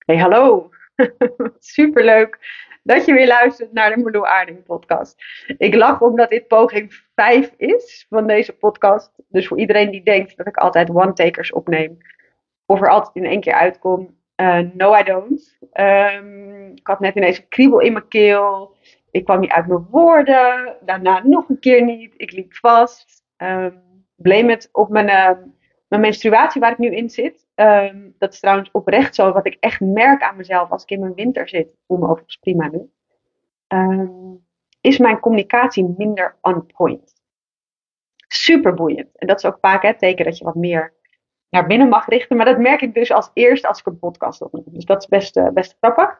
Hey, hallo. Superleuk dat je weer luistert naar de Milou Aarding podcast. Ik lach omdat dit poging 5 is van deze podcast. Dus voor iedereen die denkt dat ik altijd one-takers opneem of er altijd in één keer uitkom. No, I don't. Ik had net ineens een kriebel in mijn keel. Ik kwam niet uit mijn woorden. Daarna nog een keer niet. Ik liep vast. Bleem het op mijn menstruatie waar ik nu in zit. Dat is trouwens oprecht zo. Wat ik echt merk aan mezelf als ik in mijn winter zit. Voel me overigens prima nu. ehm, is mijn communicatie minder on point. Super boeiend. En dat is ook vaak het teken dat je wat meer naar binnen mag richten. Maar dat merk ik dus als eerst als ik een podcast opneem. Dus dat is best grappig.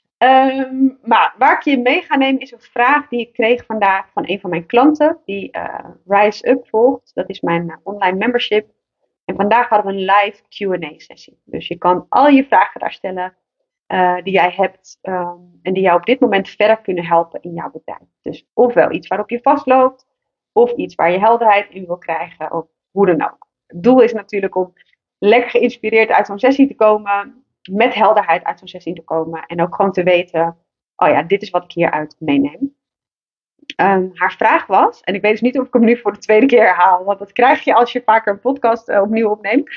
Maar waar ik je mee ga nemen is een vraag die ik kreeg vandaag van een van mijn klanten. Die Rise Up volgt. Dat is mijn online membership. En vandaag hadden we een live Q&A sessie. Dus je kan al je vragen daar stellen die jij hebt. En die jou op dit moment verder kunnen helpen in jouw bedrijf. Dus ofwel iets waarop je vastloopt. Of iets waar je helderheid in wil krijgen. Of hoe dan ook. Het doel is natuurlijk om lekker geïnspireerd uit zo'n sessie te komen. Met helderheid uit zo'n sessie te komen. En ook gewoon te weten. Oh ja, dit is wat ik hieruit meeneem. Haar vraag was, en ik weet dus niet of ik hem nu voor de tweede keer herhaal, want dat krijg je als je vaker een podcast opnieuw opneemt.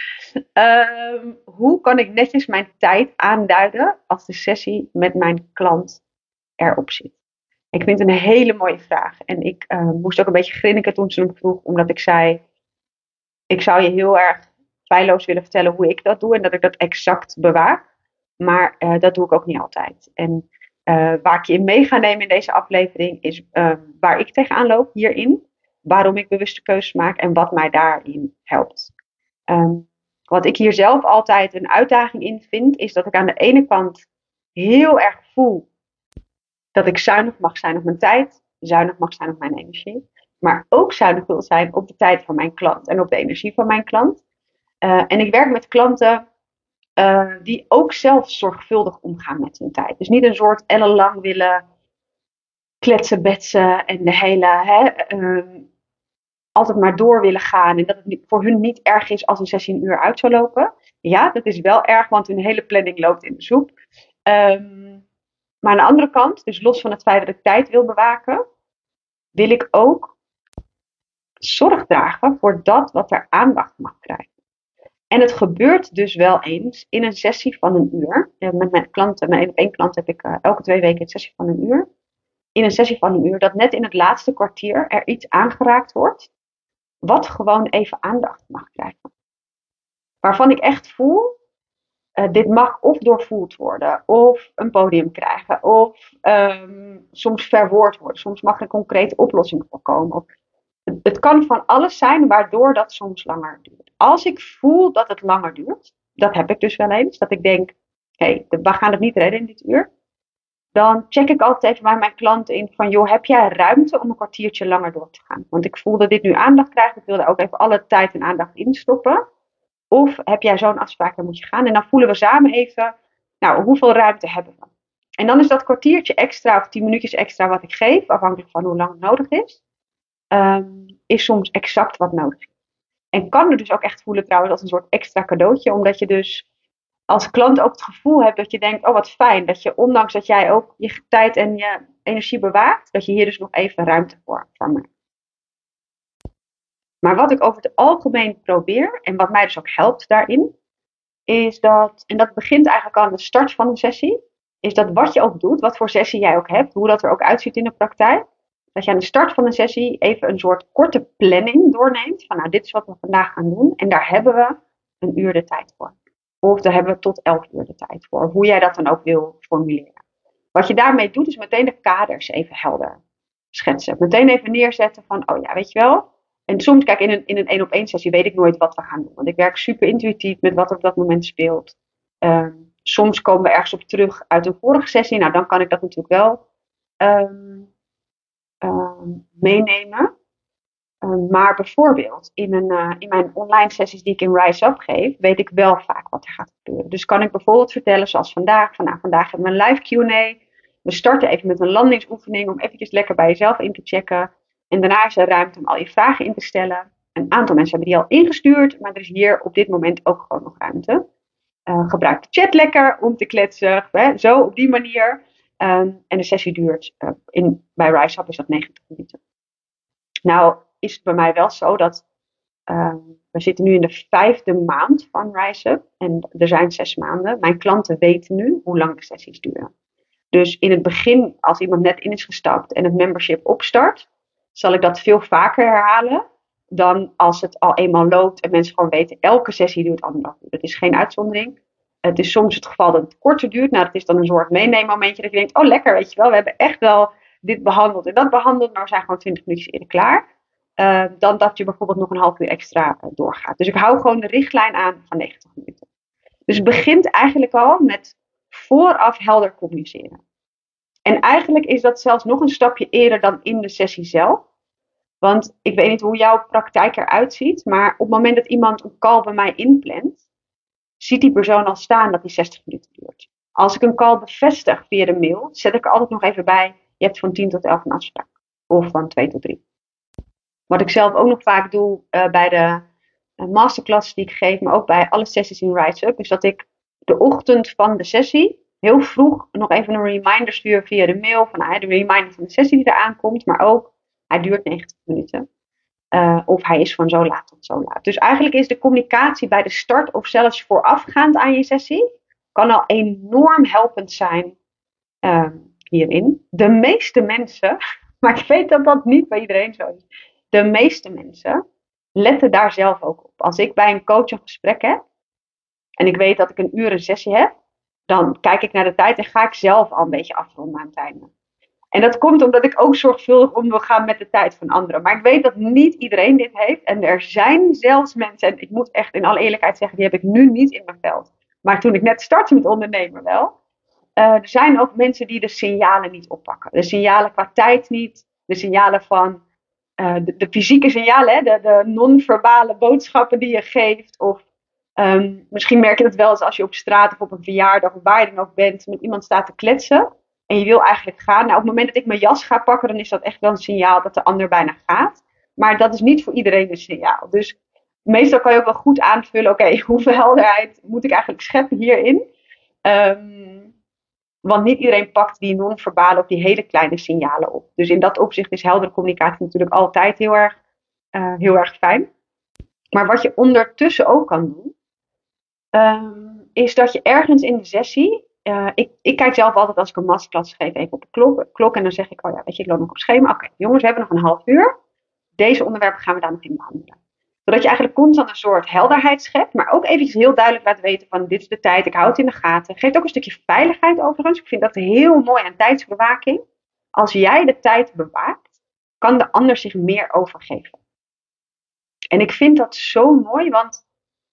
Hoe kan ik netjes mijn tijd aanduiden als de sessie met mijn klant erop zit? Ik vind het een hele mooie vraag. En ik moest ook een beetje grinniken toen ze hem vroeg, omdat ik zei, ik zou je heel erg feilloos willen vertellen hoe ik dat doe en dat ik dat exact bewaak. Maar dat doe ik ook niet altijd. En waar ik je in mee ga nemen in deze aflevering is waar ik tegenaan loop hierin. Waarom ik bewuste keuzes maak en wat mij daarin helpt. Wat ik hier zelf altijd een uitdaging in vind, is dat ik aan de ene kant heel erg voel dat ik zuinig mag zijn op mijn tijd, zuinig mag zijn op mijn energie. Maar ook zuinig wil zijn op de tijd van mijn klant en op de energie van mijn klant. En ik werk met klanten die ook zelf zorgvuldig omgaan met hun tijd. Dus niet een soort ellenlang willen kletsen, betsen en de hele altijd maar door willen gaan. En dat het voor hun niet erg is als een sessie een uur uit zou lopen. Ja, dat is wel erg, want hun hele planning loopt in de soep. Maar aan de andere kant, dus los van het feit dat ik tijd wil bewaken, wil ik ook zorg dragen voor dat wat er aandacht mag krijgen. En het gebeurt dus wel eens in een sessie van een uur. Met mijn klanten, mijn 1-op-1 klant heb ik elke 2 weken een sessie van een uur. In een sessie van een uur, dat net in het laatste kwartier er iets aangeraakt wordt, wat gewoon even aandacht mag krijgen. Waarvan ik echt voel, dit mag of doorvoeld worden, of een podium krijgen, of soms verwoord worden. Soms mag er een concrete oplossing voorkomen. Of het kan van alles zijn waardoor dat soms langer duurt. Als ik voel dat het langer duurt, dat heb ik dus wel eens, dat ik denk, hé, we gaan het niet redden in dit uur. Dan check ik altijd even bij mijn klant in van, joh, heb jij ruimte om een kwartiertje langer door te gaan? Want ik voel dat dit nu aandacht krijgt, ik wil daar ook even alle tijd en aandacht in stoppen. Of heb jij zo'n afspraak, dan moet je gaan. En dan voelen we samen even, nou, hoeveel ruimte hebben we? En dan is dat kwartiertje extra of 10 minuutjes extra wat ik geef, afhankelijk van hoe lang het nodig is soms exact wat nodig is. En kan er dus ook echt voelen trouwens als een soort extra cadeautje, omdat je dus als klant ook het gevoel hebt dat je denkt, oh wat fijn, dat je ondanks dat jij ook je tijd en je energie bewaakt, dat je hier dus nog even ruimte voor maakt. Maar wat ik over het algemeen probeer, en wat mij dus ook helpt daarin, is dat, en dat begint eigenlijk al aan de start van een sessie, is dat wat je ook doet, wat voor sessie jij ook hebt, hoe dat er ook uitziet in de praktijk, dat je aan de start van een sessie even een soort korte planning doorneemt, van nou dit is wat we vandaag gaan doen, en daar hebben we een uur de tijd voor. Of daar hebben we tot 11 uur de tijd voor, hoe jij dat dan ook wil formuleren. Wat je daarmee doet, is meteen de kaders even helder schetsen. Meteen even neerzetten van, oh ja, weet je wel. En soms, kijk, in een 1-op-1 sessie weet ik nooit wat we gaan doen. Want ik werk super intuïtief met wat er op dat moment speelt. Soms komen we ergens op terug uit een vorige sessie. Nou, dan kan ik dat natuurlijk wel meenemen. Maar bijvoorbeeld in mijn online sessies die ik in Rise Up geef, weet ik wel vaak wat er gaat gebeuren. Dus kan ik bijvoorbeeld vertellen, zoals vandaag, van nou, vandaag hebben we een live Q&A. We starten even met een landingsoefening om eventjes lekker bij jezelf in te checken. En daarna is er ruimte om al je vragen in te stellen. Een aantal mensen hebben die al ingestuurd, maar er is hier op dit moment ook gewoon nog ruimte. Gebruik de chat lekker om te kletsen. Zo op die manier. En de sessie duurt, bij RiseUp is dat 90 minuten. Nou is het bij mij wel zo dat we zitten nu in de 5e maand van RiseUp. En er zijn 6 maanden. Mijn klanten weten nu hoe lang de sessies duren. Dus in het begin, als iemand net in is gestapt en het membership opstart, zal ik dat veel vaker herhalen dan als het al eenmaal loopt en mensen gewoon weten, elke sessie duurt 1,5 uur. Dat is geen uitzondering. Het is soms het geval dat het korter duurt. Nou, dat is dan een soort meeneemmomentje dat je denkt, oh lekker, weet je wel, we hebben echt wel dit behandeld en dat behandeld, maar we zijn gewoon 20 minuutjes eerder klaar. Dan dat je bijvoorbeeld nog een half uur extra doorgaat. Dus ik hou gewoon de richtlijn aan van 90 minuten. Dus het begint eigenlijk al met vooraf helder communiceren. En eigenlijk is dat zelfs nog een stapje eerder dan in de sessie zelf. Want ik weet niet hoe jouw praktijk eruit ziet, maar op het moment dat iemand een call bij mij inplant, ziet die persoon al staan dat die 60 minuten duurt. Als ik een call bevestig via de mail, zet ik er altijd nog even bij, je hebt van 10 tot 11 een afspraak. Of van 2 tot 3. Wat ik zelf ook nog vaak doe bij de masterclasses die ik geef, maar ook bij alle sessies in RiseUp, is dat ik de ochtend van de sessie heel vroeg nog even een reminder stuur via de mail van de reminder van de sessie die eraan komt, maar ook hij duurt 90 minuten. Of hij is van zo laat tot zo laat. Dus eigenlijk is de communicatie bij de start of zelfs voorafgaand aan je sessie kan al enorm helpend zijn hierin. De meeste mensen, maar ik weet dat dat niet bij iedereen zo is. De meeste mensen letten daar zelf ook op. Als ik bij een coach een gesprek heb en ik weet dat ik een uur een sessie heb, dan kijk ik naar de tijd en ga ik zelf al een beetje afronden aan het einde. En dat komt omdat ik ook zorgvuldig omga met de tijd van anderen. Maar ik weet dat niet iedereen dit heeft. En er zijn zelfs mensen, en ik moet echt in alle eerlijkheid zeggen, die heb ik nu niet in mijn veld. Maar toen ik net startte met ondernemen wel. Er zijn ook mensen die de signalen niet oppakken. De signalen qua tijd niet. De signalen van de fysieke signalen, hè, de non-verbale boodschappen die je geeft. Of misschien merk je dat wel eens als je op straat of op een verjaardag of waar je dan ook bent, met iemand staat te kletsen. En je wil eigenlijk gaan. Nou, op het moment dat ik mijn jas ga pakken, dan is dat echt wel een signaal dat de ander bijna gaat. Maar dat is niet voor iedereen een signaal. Dus meestal kan je ook wel goed aanvullen, oké, hoeveel helderheid moet ik eigenlijk scheppen hierin? Want niet iedereen pakt die non-verbale of die hele kleine signalen op. Dus in dat opzicht is heldere communicatie natuurlijk altijd heel erg fijn. Maar wat je ondertussen ook kan doen, is dat je ergens in de sessie, ik kijk zelf altijd als ik een masterclass geef even op de klok en dan zeg ik, oh ja, weet je, ik loop nog op schema. Oké, jongens, we hebben nog een half uur. Deze onderwerpen gaan we daar nog in behandelen. Zodat je eigenlijk constant een soort helderheid schept, maar ook eventjes heel duidelijk laat weten van dit is de tijd, ik hou het in de gaten. Geeft ook een stukje veiligheid overigens. Ik vind dat heel mooi aan tijdsbewaking. Als jij de tijd bewaakt, kan de ander zich meer overgeven. En ik vind dat zo mooi, want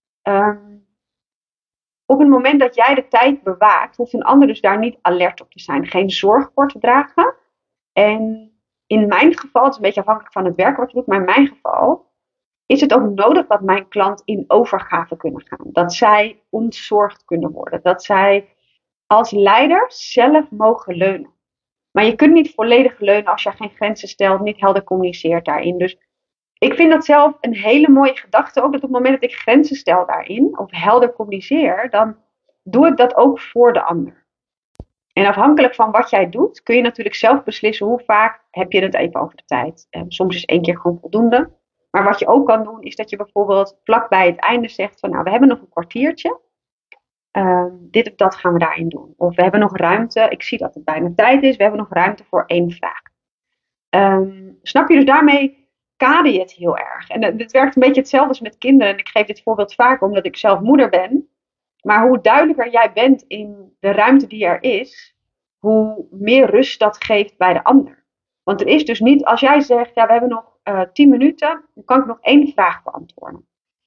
op het moment dat jij de tijd bewaakt, hoeft een ander dus daar niet alert op te zijn. Geen zorg voor te dragen. En in mijn geval, het is een beetje afhankelijk van het werk wat je doet, maar in mijn geval is het ook nodig dat mijn klant in overgave kunnen gaan. Dat zij ontzorgd kunnen worden. Dat zij als leider zelf mogen leunen. Maar je kunt niet volledig leunen als je geen grenzen stelt, niet helder communiceert daarin. Dus ik vind dat zelf een hele mooie gedachte. Ook dat op het moment dat ik grenzen stel daarin, of helder communiceer, dan doe ik dat ook voor de ander. En afhankelijk van wat jij doet, kun je natuurlijk zelf beslissen hoe vaak heb je het even over de tijd. Soms is 1 keer gewoon voldoende. Maar wat je ook kan doen, is dat je bijvoorbeeld vlak bij het einde zegt van nou, we hebben nog een kwartiertje. Dit of dat gaan we daarin doen. Of we hebben nog ruimte, ik zie dat het bijna tijd is, we hebben nog ruimte voor 1 vraag. Snap je? Dus daarmee kader je het heel erg. En het werkt een beetje hetzelfde als met kinderen. En ik geef dit voorbeeld vaak omdat ik zelf moeder ben. Maar hoe duidelijker jij bent in de ruimte die er is, hoe meer rust dat geeft bij de ander. Want er is dus niet, als jij zegt, ja, we hebben nog 10 minuten, dan kan ik nog 1 vraag beantwoorden.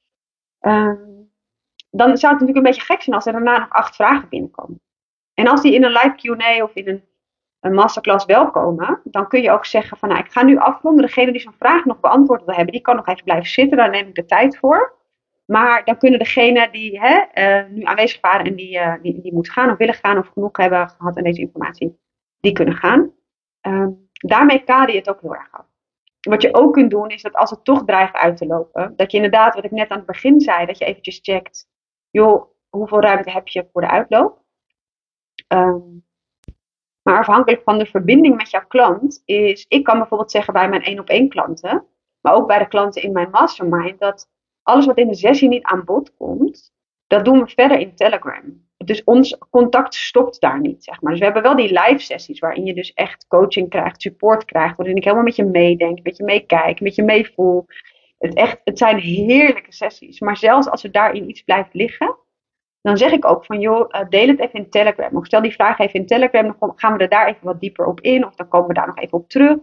Dan zou het natuurlijk een beetje gek zijn als er daarna nog 8 vragen binnenkomen. En als die in een live Q&A of in een masterclass wel komen, dan kun je ook zeggen van, nou, ik ga nu afronden. Degene die zo'n vraag nog beantwoord wil hebben, die kan nog even blijven zitten. Daar neem ik de tijd voor. Maar dan kunnen degenen die nu aanwezig waren en die moeten gaan of willen gaan of genoeg hebben gehad aan deze informatie, die kunnen gaan. Daarmee kader je het ook heel erg af. Wat je ook kunt doen is dat als het toch dreigt uit te lopen, dat je inderdaad, wat ik net aan het begin zei, dat je eventjes checkt, joh, hoeveel ruimte heb je voor de uitloop. Um, maar afhankelijk van de verbinding met jouw klant is, ik kan bijvoorbeeld zeggen bij mijn 1-op-1 klanten, maar ook bij de klanten in mijn mastermind, dat alles wat in de sessie niet aan bod komt, dat doen we verder in Telegram. Dus ons contact stopt daar niet, zeg maar. Dus we hebben wel die live sessies waarin je dus echt coaching krijgt, support krijgt, waarin ik helemaal met je meedenk, met je meekijk, met je meevoel. Het zijn heerlijke sessies. Maar zelfs als er daarin iets blijft liggen, dan zeg ik ook van joh, deel het even in Telegram. Of stel die vraag even in Telegram, dan gaan we er daar even wat dieper op in. Of dan komen we daar nog even op terug.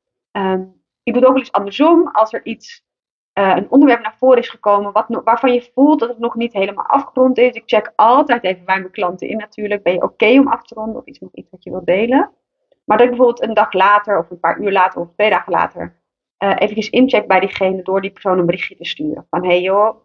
Ik doe het ook wel eens andersom. Als er een onderwerp naar voren is gekomen waarvan je voelt dat het nog niet helemaal afgerond is. Ik check altijd even bij mijn klanten in natuurlijk. Ben je oké om af te ronden of is nog iets wat je wilt delen? Maar dat ik bijvoorbeeld een dag later of een paar uur later of 2 dagen later eventjes incheck bij diegene door die persoon een berichtje te sturen. Van hey joh,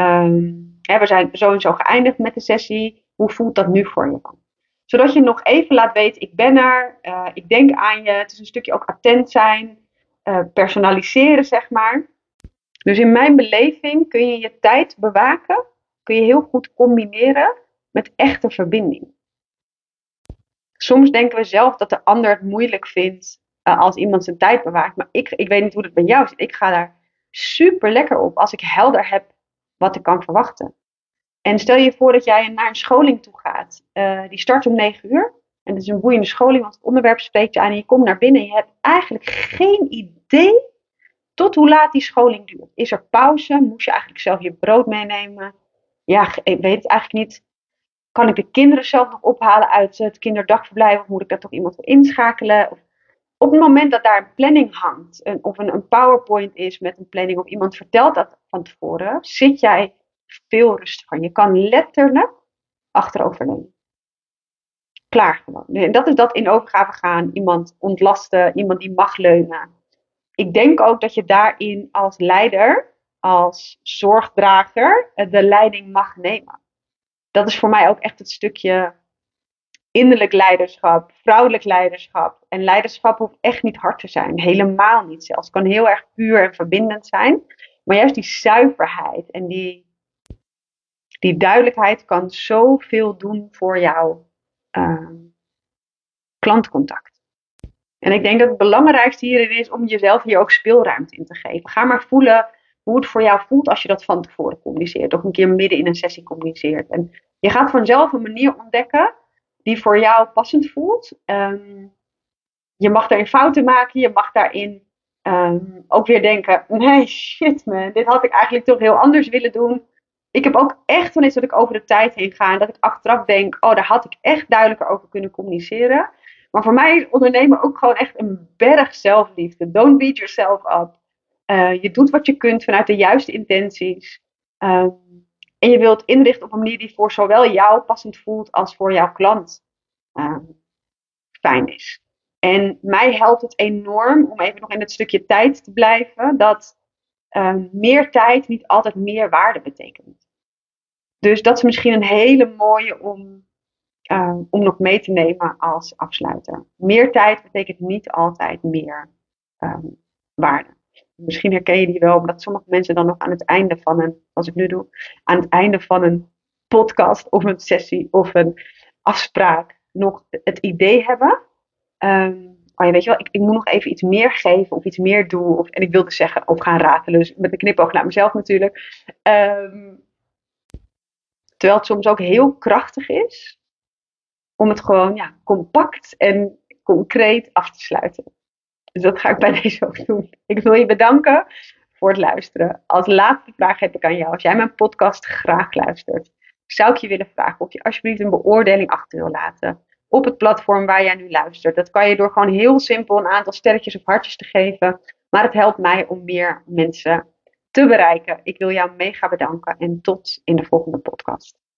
we zijn zo en zo geëindigd met de sessie. Hoe voelt dat nu voor je? Zodat je nog even laat weten, ik ben er, ik denk aan je. Het is een stukje ook attent zijn, personaliseren zeg maar. Dus in mijn beleving kun je je tijd bewaken, kun je heel goed combineren met echte verbinding. Soms denken we zelf dat de ander het moeilijk vindt als iemand zijn tijd bewaakt. Maar ik weet niet hoe het bij jou zit. Ik ga daar super lekker op als ik helder heb wat ik kan verwachten. En stel je voor dat jij naar een scholing toe gaat. Die start om 9 uur. En het is een boeiende scholing, want het onderwerp spreekt je aan. En je komt naar binnen en je hebt eigenlijk geen idee tot hoe laat die scholing duurt. Is er pauze? Moest je eigenlijk zelf je brood meenemen? Ja, ik weet het eigenlijk niet. Kan ik de kinderen zelf nog ophalen uit het kinderdagverblijf? Of moet ik daar toch iemand voor inschakelen? Of op het moment dat daar een planning hangt. Of een PowerPoint is met een planning. Of iemand vertelt dat van tevoren. Zit jij veel rustiger. Je kan letterlijk achteroverleunen. Klaar gewoon. En dat is dat in overgave gaan. Iemand ontlasten. Iemand die mag leunen. Ik denk ook dat je daarin als leider, als zorgdrager, de leiding mag nemen. Dat is voor mij ook echt het stukje innerlijk leiderschap, vrouwelijk leiderschap. En leiderschap hoeft echt niet hard te zijn. Helemaal niet zelfs. Het kan heel erg puur en verbindend zijn. Maar juist die zuiverheid en die duidelijkheid kan zoveel doen voor jouw klantcontact. En ik denk dat het belangrijkste hierin is om jezelf hier ook speelruimte in te geven. Ga maar voelen hoe het voor jou voelt als je dat van tevoren communiceert. Of een keer midden in een sessie communiceert. En je gaat vanzelf een manier ontdekken die voor jou passend voelt. Je mag daarin fouten maken. Je mag daarin ook weer denken, nee shit man, dit had ik eigenlijk toch heel anders willen doen. Ik heb ook echt wel eens dat ik over de tijd heen ga en dat ik achteraf denk, oh daar had ik echt duidelijker over kunnen communiceren. Maar voor mij is ondernemen ook gewoon echt een berg zelfliefde. Don't beat yourself up. Je doet wat je kunt vanuit de juiste intenties. En je wilt inrichten op een manier die voor zowel jou passend voelt als voor jouw klant fijn is. En mij helpt het enorm, om even nog in het stukje tijd te blijven, dat meer tijd niet altijd meer waarde betekent. Dus dat is misschien een hele mooie om nog mee te nemen als afsluiter. Meer tijd betekent niet altijd meer waarde. Misschien herken je die wel, omdat sommige mensen dan nog aan het einde van als ik nu doe, aan het einde van een podcast of een sessie of een afspraak nog het idee hebben. Oh ja, weet je wel, ik moet nog even iets meer geven of iets meer doen. En ik wilde zeggen, of gaan ratelen, dus met een knipoog naar mezelf natuurlijk. Terwijl het soms ook heel krachtig is om het gewoon compact en concreet af te sluiten. Dus dat ga ik bij deze ook doen. Ik wil je bedanken voor het luisteren. Als laatste vraag heb ik aan jou. Als jij mijn podcast graag luistert, zou ik je willen vragen of je alsjeblieft een beoordeling achter wil laten op het platform waar jij nu luistert. Dat kan je door gewoon heel simpel een aantal sterretjes of hartjes te geven. Maar het helpt mij om meer mensen te bereiken. Ik wil jou mega bedanken en tot in de volgende podcast.